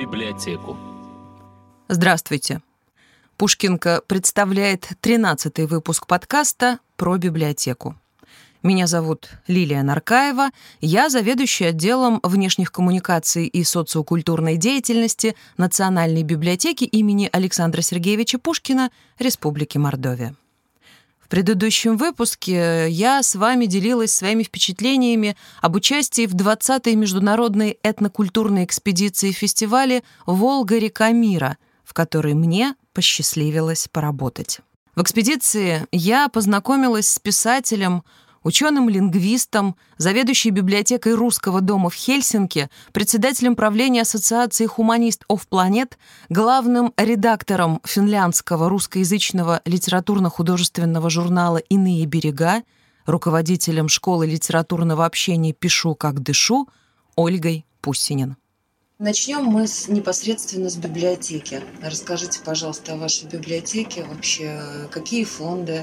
библиотеку. Здравствуйте. Пушкинка представляет 13-й выпуск подкаста про библиотеку. Меня зовут Лилия Наркаева, я заведующая отделом внешних коммуникаций и социокультурной деятельности Национальной библиотеки имени Александра Сергеевича Пушкина Республики Мордовия. В предыдущем выпуске я с вами делилась своими впечатлениями об участии в 20-й международной этнокультурной экспедиции фестивале «Волга-река мира», в которой мне посчастливилось поработать. В экспедиции я познакомилась с писателем, ученым-лингвистом, заведующей библиотекой Русского дома в Хельсинки, председателем правления Ассоциации Humanist of Planet, главным редактором финляндского русскоязычного литературно-художественного журнала «Иные берега», руководителем школы литературного общения «Пишу, как дышу» Ольгой Пуссинин. Начнем мы непосредственно с библиотеки. Расскажите, пожалуйста, о вашей библиотеке, вообще какие фонды,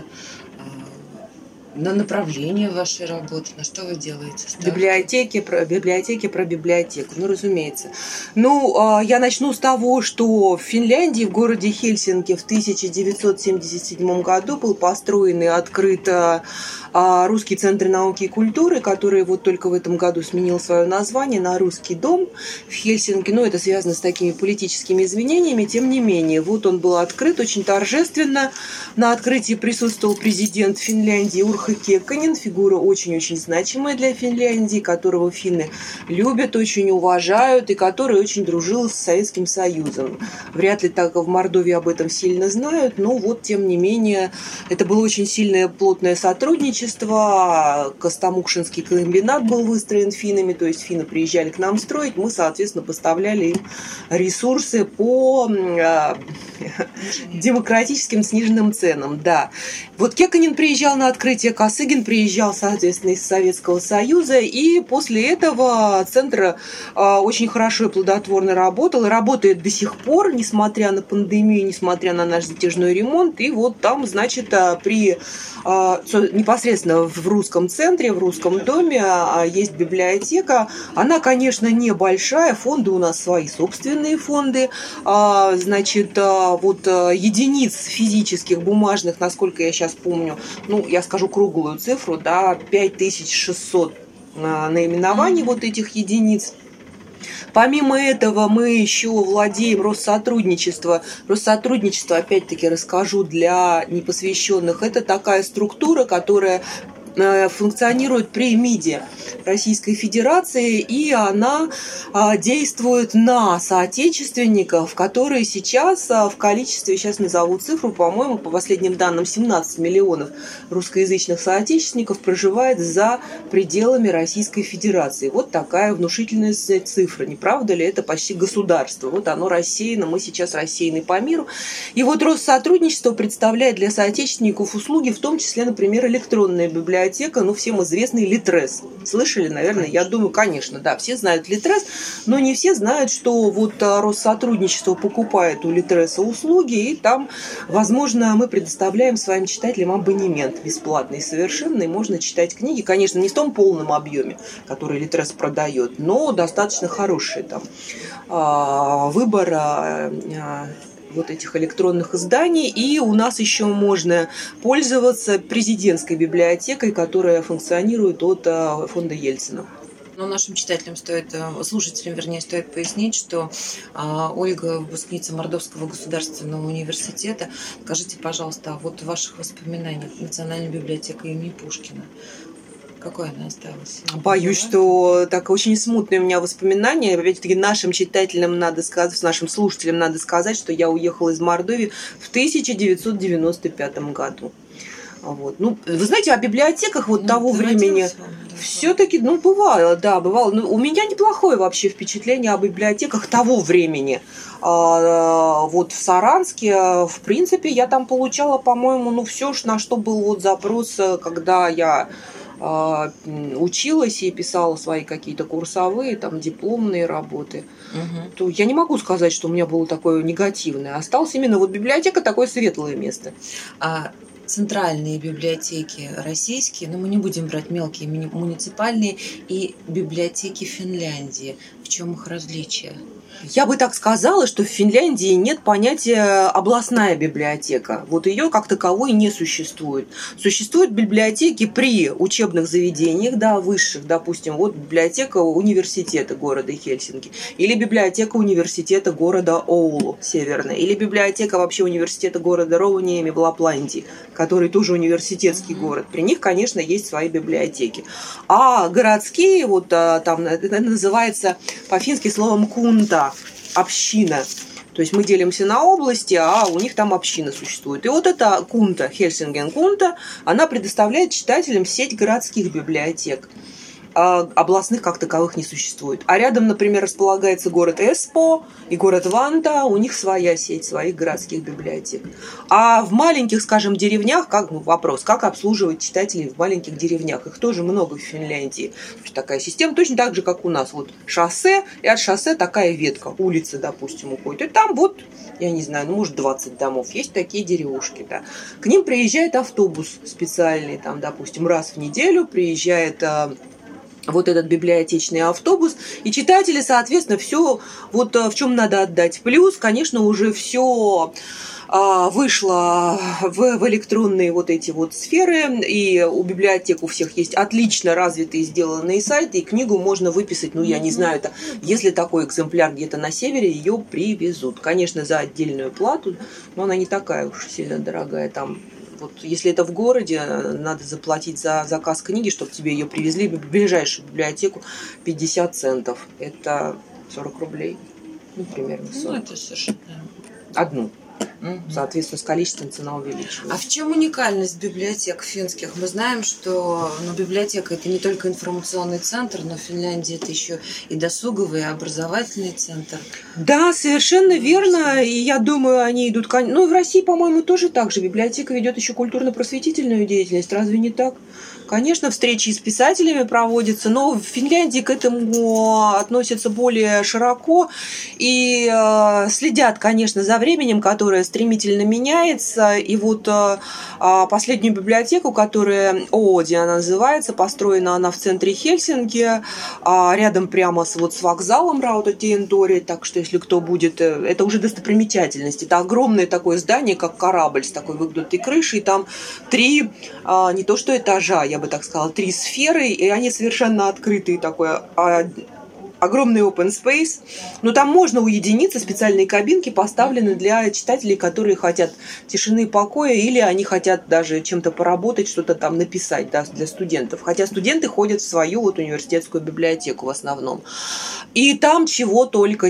на направление вашей работы, на что вы делаете? Библиотеки про библиотеку, разумеется. Я начну с того, что в Финляндии, в городе Хельсинки в 1977 году был построен и открыт Русский центр науки и культуры, который вот только в этом году сменил свое название на Русский дом в Хельсинки. Это связано с такими политическими извинениями, тем не менее. Вот он был открыт очень торжественно. На открытии присутствовал президент Финляндии Урхо Кекконен, фигура очень-очень значимая для Финляндии, которого финны любят, очень уважают и который очень дружил с Советским Союзом. Вряд ли так в Мордовии об этом сильно знают, но тем не менее, это было очень сильное плотное сотрудничество. Костомукшинский комбинат был выстроен финнами, то есть финны приезжали к нам строить, мы, соответственно, поставляли им ресурсы по демократическим сниженным ценам. Да. Вот Кекконен приезжал на открытие, Косыгин приезжал, соответственно, из Советского Союза, и после этого центр очень хорошо и плодотворно работал, и работает до сих пор, несмотря на пандемию, несмотря на наш затяжной ремонт, и вот там, значит, непосредственно в русском центре, в русском доме есть библиотека. Она, конечно, небольшая, фонды у нас свои собственные фонды, единиц физических, бумажных, насколько я сейчас помню, я скажу круглую цифру, 5600 наименований этих единиц. Помимо этого мы еще владеем Россотрудничество. Россотрудничество, опять-таки, расскажу для непосвященных. Это такая структура, которая функционирует при МИДе Российской Федерации, и она действует на соотечественников, которые сейчас в количестве, сейчас назову цифру, по-моему, по последним данным, 17 миллионов русскоязычных соотечественников проживает за пределами Российской Федерации. Вот такая внушительная цифра. Не правда ли? Это почти государство. Вот оно рассеяно, мы сейчас рассеяны по миру. И вот Россотрудничество представляет для соотечественников услуги, в том числе, например, электронная библиотека, всем известный Литрес. Слышали, наверное? Конечно. Я думаю, конечно, да, все знают Литрес, но не все знают, что Россотрудничество покупает у Литреса услуги, и там, возможно, мы предоставляем своим читателям абонемент бесплатный совершенно, и можно читать книги, конечно, не в том полном объеме, который Литрес продает, но достаточно хороший там выбор этих электронных изданий, и у нас еще можно пользоваться президентской библиотекой, которая функционирует от фонда Ельцина. Но нашим слушателям стоит пояснить, что Ольга выпускница Мордовского государственного университета. Скажите, пожалуйста, ваших воспоминаний Национальной библиотекой имени Пушкина. Какое она осталась? Боюсь, что так очень смутные у меня воспоминания. Опять-таки, нашим читателям надо сказать, нашим слушателям надо сказать, что я уехала из Мордовии в 1995 году. Вы знаете, о библиотеках того времени все-таки, бывало. У меня неплохое вообще впечатление о библиотеках того времени. В Саранске, в принципе, я там получала, по-моему, все, на что был запрос, когда я училась и писала свои какие-то курсовые, дипломные работы, то я не могу сказать, что у меня было такое негативное. Осталась именно библиотека, такое светлое место. центральные библиотеки российские, но мы не будем брать мелкие муниципальные, и библиотеки Финляндии. В чем их различие? Я бы так сказала, что в Финляндии нет понятия областная библиотека. Вот ее как таковой не существует. Существуют библиотеки при учебных заведениях, да, высших, допустим, вот библиотека университета города Хельсинки, или библиотека университета города Оулу, северная, или библиотека вообще университета города Ровaniemi в Лапландии, который тоже университетский город. При них, конечно, есть свои библиотеки. А городские, вот там это называется по-фински словом «кунта», община. То есть мы делимся на области, а у них там община существует. И вот эта кунта, Хельсинген Кунта, она предоставляет читателям сеть городских библиотек. Областных как таковых не существует. А рядом, например, располагается город Эспо и город Ванта, у них своя сеть своих городских библиотек. А в маленьких, скажем, деревнях, вопрос, как обслуживать читателей в маленьких деревнях? Их тоже много в Финляндии. Такая система, точно так же, как у нас. Вот шоссе, и от шоссе такая ветка, улица, допустим, уходит. И там вот, я не знаю, может 20 домов. Есть такие деревушки, да. К ним приезжает автобус специальный, там, допустим, раз в неделю приезжает вот этот библиотечный автобус, и читатели, соответственно, все вот в чем надо отдать плюс, конечно, уже все вышло в электронные вот эти вот сферы, и у библиотек у всех есть отлично развитые сделанные сайты, и книгу можно выписать, ну, я не знаю, это, если такой экземпляр где-то на севере, ее привезут, конечно, за отдельную плату, но она не такая уж сильно дорогая, там. Вот, если это в городе, надо заплатить за заказ книги, чтобы тебе ее привезли в ближайшую библиотеку 50 центов. Это 40 рублей. Ну, примерно 40. Ну, это совершенно... Одну. Соответственно, с количеством цена увеличивается. А в чем уникальность библиотек финских? Мы знаем, что библиотека – это не только информационный центр, но в Финляндии это еще и досуговый, и образовательный центр. Да, совершенно верно. И я думаю, они идут... Ну, и в России, по-моему, тоже так же. Библиотека ведет еще культурно-просветительную деятельность. Разве не так? Конечно, встречи с писателями проводятся, но в Финляндии к этому относятся более широко и следят, конечно, за временем, которое стремительно меняется. И вот последнюю библиотеку, которая Ооди она называется, построена она в центре Хельсинки, рядом прямо с вокзалом Раутатиентории, так что если кто будет, это уже достопримечательность. Это огромное такое здание, как корабль с такой выгнутой крышей, там 3, не то что этажа, я бы так сказала, 3 сферы, и они совершенно открытые, такой огромный open space. Но там можно уединиться, специальные кабинки поставлены для читателей, которые хотят тишины и покоя, или они хотят даже чем-то поработать, что-то там написать, да, для студентов. Хотя студенты ходят в свою вот университетскую библиотеку в основном. И там чего только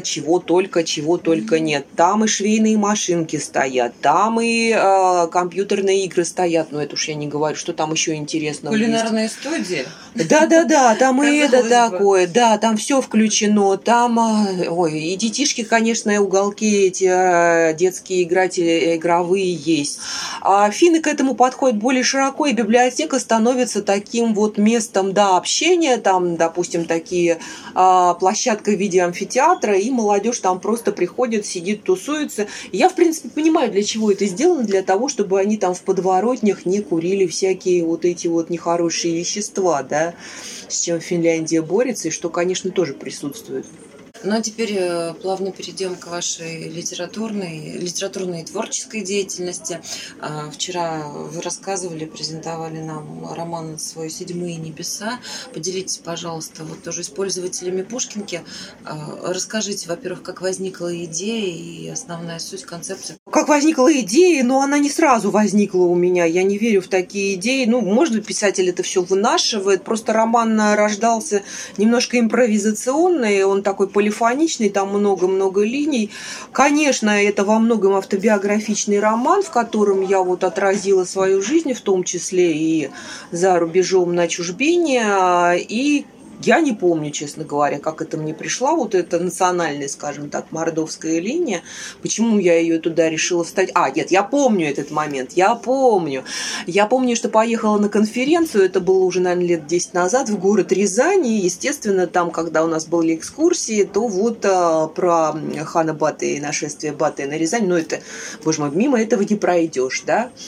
нет. Там и швейные машинки стоят, там и компьютерные игры стоят. Ну, это уж я не говорю, что там еще интересного есть. Кулинарные студии? Да, там и это такое, да, там все включено, там, и детишки, конечно, и уголки эти детские игровые есть. А финны к этому подходят более широко, и библиотека становится таким вот местом, да, общения, там, допустим, такие площадка в виде амфитеатра, и молодежь там просто приходит, сидит, тусуется. И я, в принципе, понимаю, для чего это сделано, для того, чтобы они там в подворотнях не курили всякие вот эти вот нехорошие вещества, да, с чем Финляндия борется, и что, конечно, тоже присутствует. Ну, а теперь плавно перейдем к вашей литературной и творческой деятельности. Вчера вы рассказывали, презентовали нам роман свой «Седьмые небеса». Поделитесь, пожалуйста, вот тоже с пользователями Пушкинки. Расскажите, во-первых, как возникла идея и основная суть концепции. Как возникла идея, но она не сразу возникла у меня. Я не верю в такие идеи. Ну, может быть, писатель это все вынашивает. Просто роман рождался немножко импровизационный. Он такой полифоничный, там много-много линий. Конечно, это во многом автобиографичный роман, в котором я вот отразила свою жизнь, в том числе и за рубежом на чужбине. И я не помню, честно говоря, как это мне пришла, вот эта национальная, скажем так, мордовская линия, почему я ее туда решила вставить. Нет, я помню этот момент, я помню, что поехала на конференцию, это было уже, наверное, лет 10 назад, в город Рязань, и, естественно, там, когда у нас были экскурсии, то вот про хана Батыя и нашествие Батыя на Рязань, это, боже мой, мимо этого не пройдешь, да.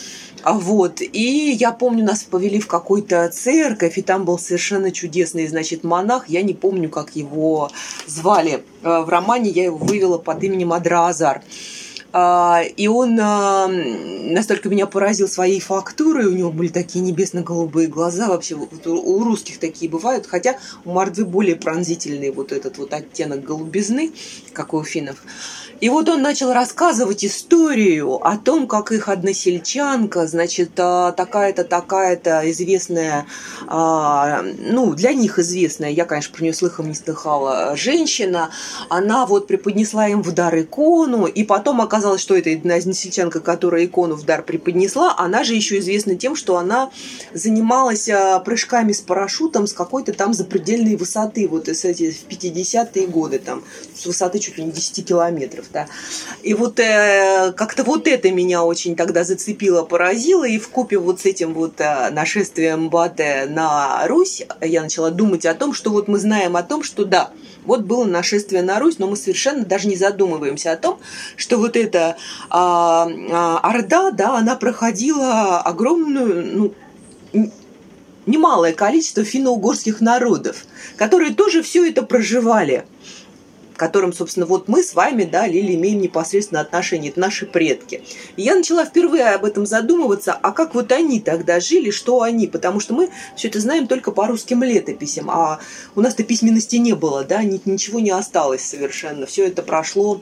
Вот. И я помню, нас повели в какую-то церковь, и там был совершенно чудесный, значит, монах. Я не помню, как его звали. В романе я его вывела под именем Адраазар. И он настолько меня поразил своей фактурой, у него были такие небесно-голубые глаза, вообще вот у русских такие бывают, хотя у мордвы более пронзительный вот этот вот оттенок голубизны, как у финнов. И вот он начал рассказывать историю о том, как их односельчанка, значит, такая-то, такая-то известная, ну, для них известная, я, конечно, про нее слыхом не слыхала, женщина, она вот преподнесла им в дар икону, и потом оказалось, что это односельчанка, которая икону в дар преподнесла, она же еще известна тем, что она занималась прыжками с парашютом с какой-то там запредельной высоты, вот в 50-е годы, там, с высоты чуть ли не 10 километров. Да. И вот как-то вот это меня очень тогда зацепило, поразило, и вкупе вот с этим вот нашествием Бате на Русь я начала думать о том, что вот мы знаем о том, что да, вот было нашествие на Русь, но мы совершенно даже не задумываемся о том, что вот эта орда, да, она проходила огромную, ну, немалое количество финно-угорских народов, которые тоже все это проживали, к которым, собственно, вот мы с вами, да, Лили, имеем непосредственно отношение, это наши предки. И я начала впервые об этом задумываться, а как вот они тогда жили, что они, потому что мы все это знаем только по русским летописям, а у нас-то письменности не было, да, ничего не осталось совершенно, все это прошло.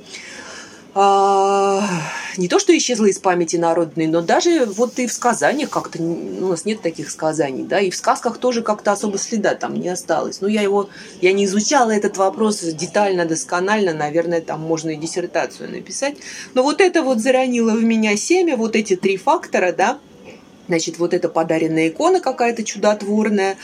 Не то, что исчезло из памяти народной, но даже вот и в сказаниях как-то, у нас нет таких сказаний, да, и в сказках тоже как-то особо следа там не осталось. Ну, я не изучала этот вопрос детально, досконально, наверное, там можно и диссертацию написать. Но вот это вот заронило в меня семя, вот эти 3 фактора, да. Значит, вот эта подаренная икона какая-то чудотворная,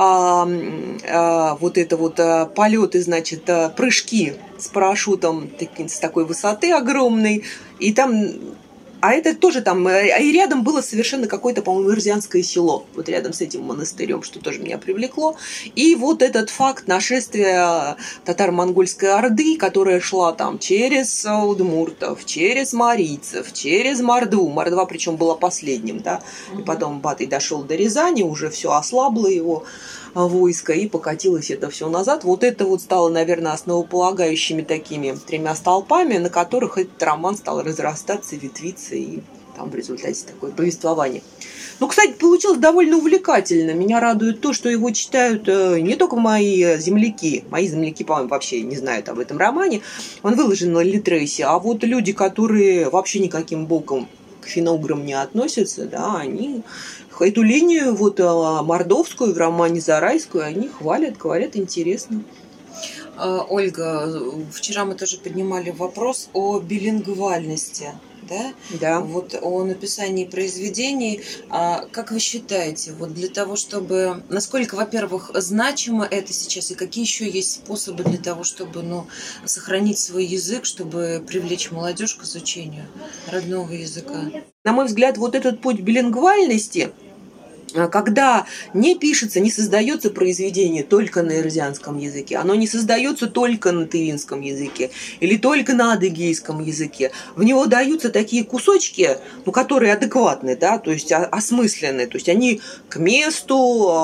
вот это вот полеты, значит, прыжки с парашютом с такой высоты огромной, и там, а это тоже там, и рядом было совершенно какое-то, по-моему, ирзианское село, вот рядом с этим монастырем, что тоже меня привлекло, и вот этот факт нашествия татаро-монгольской орды, которая шла там через удмуртов, через марийцев, через Мордву, Мордва причем была последним, да, и потом Батый дошел до Рязани, уже все ослабло его войско, и покатилось это все назад. Вот это вот стало, наверное, основополагающими такими 3 столпами, на которых этот роман стал разрастаться, ветвиться, и там в результате такое повествование. Ну, кстати, получилось довольно увлекательно. Меня радует то, что его читают не только мои земляки. Мои земляки, по-моему, вообще не знают об этом романе. Он выложен на Литресе. А вот люди, которые вообще никаким боком к финно-уграм не относятся, да, они эту линию вот мордовскую в романе Зарайскую они хвалят, говорят, интересно. Ольга, вчера мы тоже поднимали вопрос о билингвальности. Да? Да. Вот о написании произведений. Как вы считаете, вот для того, чтобы... Насколько, во-первых, значимо это сейчас, и какие еще есть способы для того, чтобы сохранить свой язык, чтобы привлечь молодежь к изучению родного языка? На мой взгляд, вот этот путь билингвальности, когда не пишется, не создается произведение только на ирзианском языке, оно не создается только на тывинском языке или только на адыгейском языке. В него даются такие кусочки, которые адекватны, да, то есть осмысленные, то есть они к месту,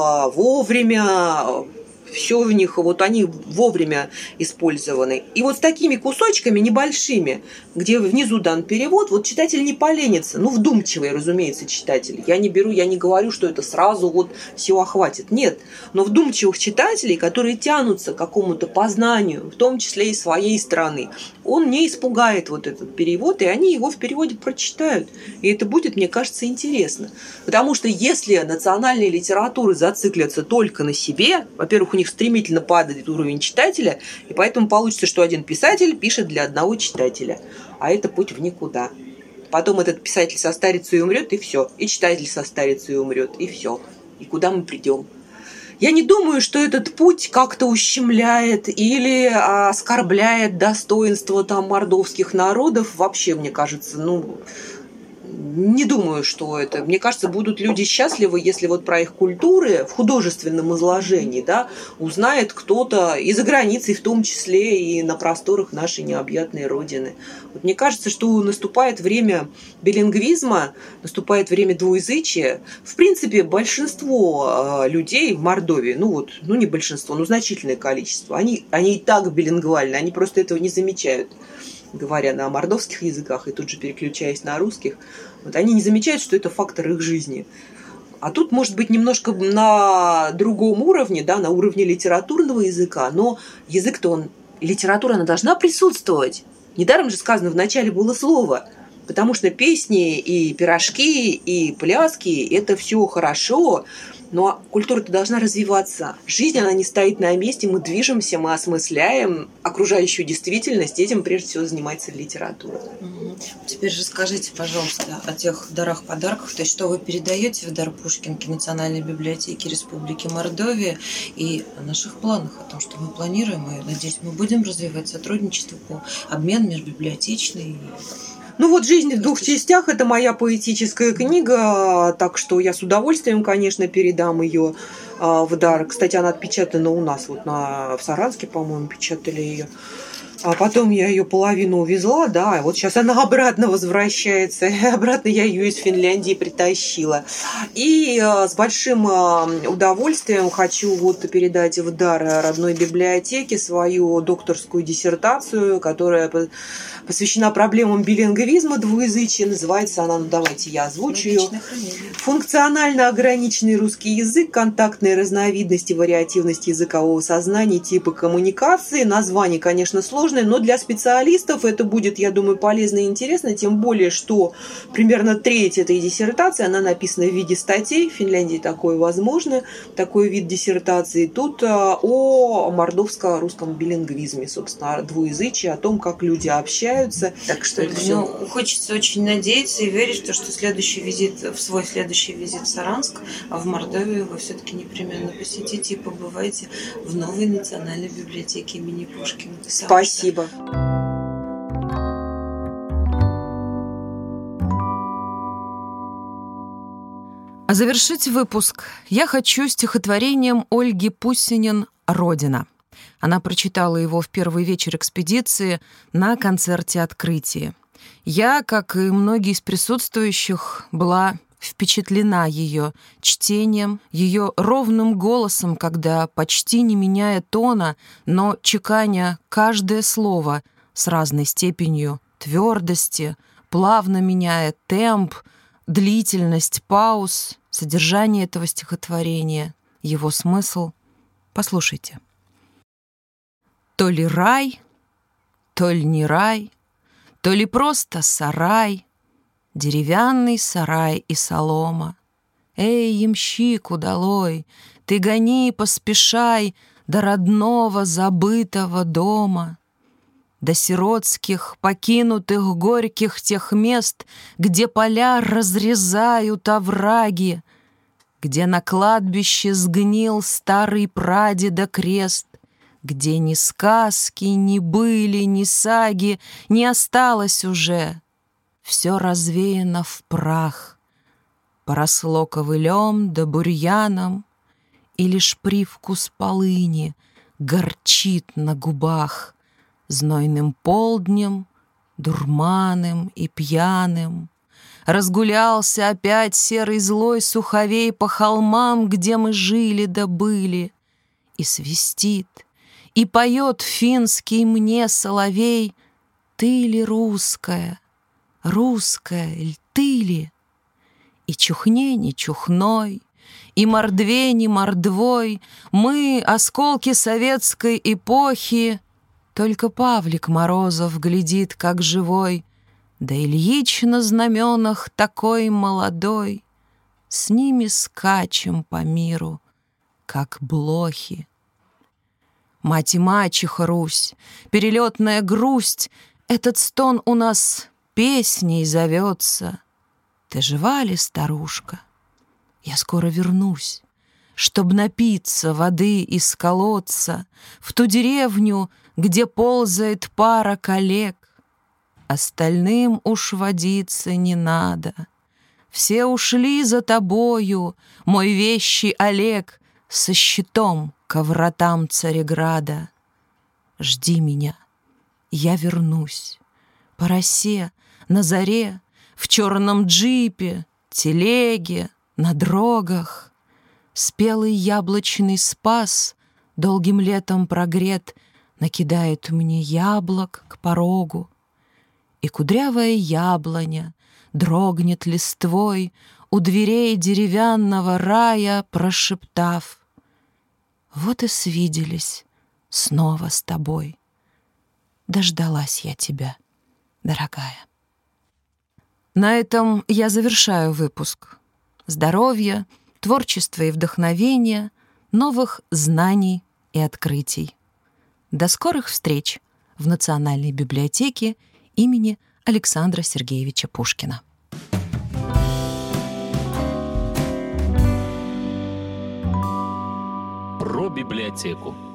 вовремя, все в них, вот они вовремя использованы. И вот с такими кусочками небольшими, где внизу дан перевод, вот читатель не поленится. Вдумчивый, разумеется, читатель. Я не говорю, что это сразу вот все охватит. Нет. Но вдумчивых читателей, которые тянутся к какому-то познанию, в том числе и своей страны, он не испугает вот этот перевод, и они его в переводе прочитают. И это будет, мне кажется, интересно. Потому что если национальные литературы зациклятся только на себе, во-первых, у них стремительно падает уровень читателя, и поэтому получится, что один писатель пишет для одного читателя. А это путь в никуда. Потом этот писатель состарится и умрет, и все. И читатель состарится и умрет, и все. И куда мы придем? Я не думаю, что этот путь как-то ущемляет или оскорбляет достоинство там мордовских народов. Вообще, мне кажется, Не думаю, что это. Мне кажется, будут люди счастливы, если вот про их культуры в художественном изложении, да, узнает кто-то из-за границы, в том числе и на просторах нашей необъятной родины. Вот мне кажется, что наступает время билингвизма, наступает время двуязычия. В принципе, большинство людей в Мордовии, не большинство, но значительное количество, они и так билингвальны, они просто этого не замечают, говоря на мордовских языках и тут же переключаясь на русских. Вот они не замечают, что это фактор их жизни. А тут, может быть, немножко на другом уровне, да, на уровне литературного языка, но язык-то литература, она должна присутствовать. Недаром же сказано, в начале было слово. Потому что песни и пирожки, и пляски – это все хорошо, но культура-то должна развиваться. Жизнь, она не стоит на месте, мы движемся, мы осмысляем окружающую действительность. Этим, прежде всего, занимается литература. Теперь же скажите, пожалуйста, о тех дарах-подарках, то есть что вы передаете в дар Пушкинке Национальной библиотеки Республики Мордовия и о наших планах, о том, что мы планируем, и, надеюсь, мы будем развивать сотрудничество по обмену межбиблиотечный. «Жизнь в двух частях» – это моя поэтическая книга, так что я с удовольствием, конечно, передам ее в дар. Кстати, она отпечатана у нас, в Саранске, по-моему, печатали ее. А потом я ее половину увезла, да, и вот сейчас она обратно возвращается. И обратно я ее из Финляндии притащила. И с большим удовольствием хочу передать в дар родной библиотеке свою докторскую диссертацию, которая посвящена проблемам билингвизма, двуязычия. Называется она, давайте я озвучу ее. «Функционально ограниченный русский язык, контактные разновидности, вариативность языкового сознания, типы коммуникации». Название, конечно, сложное, но для специалистов это будет, я думаю, полезно и интересно, тем более, что примерно треть этой диссертации, она написана в виде статей. В Финляндии такое возможно, такой вид диссертации. Тут о мордовско-русском билингвизме, собственно, двуязычии, о том, как люди общаются. Так что это все. Хочется очень надеяться и верить, что свой следующий визит в Саранск, а в Мордовию вы все-таки непременно посетите и побывайте в новой национальной библиотеке имени Пушкина. Спасибо. А завершить выпуск я хочу стихотворением Ольги Пуссинен «Родина». Она прочитала его в первый вечер экспедиции на концерте открытия. Я, как и многие из присутствующих, была впечатлена ее чтением, ее ровным голосом, когда, почти не меняя тона, но чеканя каждое слово с разной степенью твердости, плавно меняя темп, длительность пауз, содержание этого стихотворения, его смысл. Послушайте. То ли рай, то ли не рай, то ли просто сарай, деревянный сарай и солома. Эй, ямщик удалой, ты гони, поспешай до родного забытого дома, до сиротских, покинутых, горьких тех мест, где поля разрезают овраги, где на кладбище сгнил старый прадеда крест, где ни сказки, ни были, ни саги не осталось уже. Все развеяно в прах, поросло ковылем да бурьяном, и лишь привкус полыни горчит на губах знойным полднем, дурманым и пьяным. Разгулялся опять серый злой суховей по холмам, где мы жили да были, и свистит, и поет финский мне соловей: ты ли русская? Русская ль ты ли? И чухне не чухной, и мордве не мордвой, мы, осколки советской эпохи, только Павлик Морозов глядит, как живой, да Ильич на знаменах такой молодой, с ними скачем по миру, как блохи. Мать и мачеха Русь, перелетная грусть, этот стон у нас песней зовется. Ты жива ли, старушка? Я скоро вернусь, чтоб напиться воды из колодца в ту деревню, где ползает пара коллег. Остальным уж водиться не надо. все ушли за тобою, мой вещий Олег, со щитом ко вратам Цареграда. Жди меня, я вернусь, по росе, на заре, в черном джипе, телеге, на дрогах. Спелый яблочный спас, долгим летом прогрет, накидает мне яблок к порогу. И кудрявая яблоня дрогнет листвой у дверей деревянного рая, прошептав: вот и свиделись снова с тобой. Дождалась я тебя, дорогая. На этом я завершаю выпуск. Здоровья, творчества и вдохновения, новых знаний и открытий. До скорых встреч в Национальной библиотеке имени Александра Сергеевича Пушкина. Про библиотеку.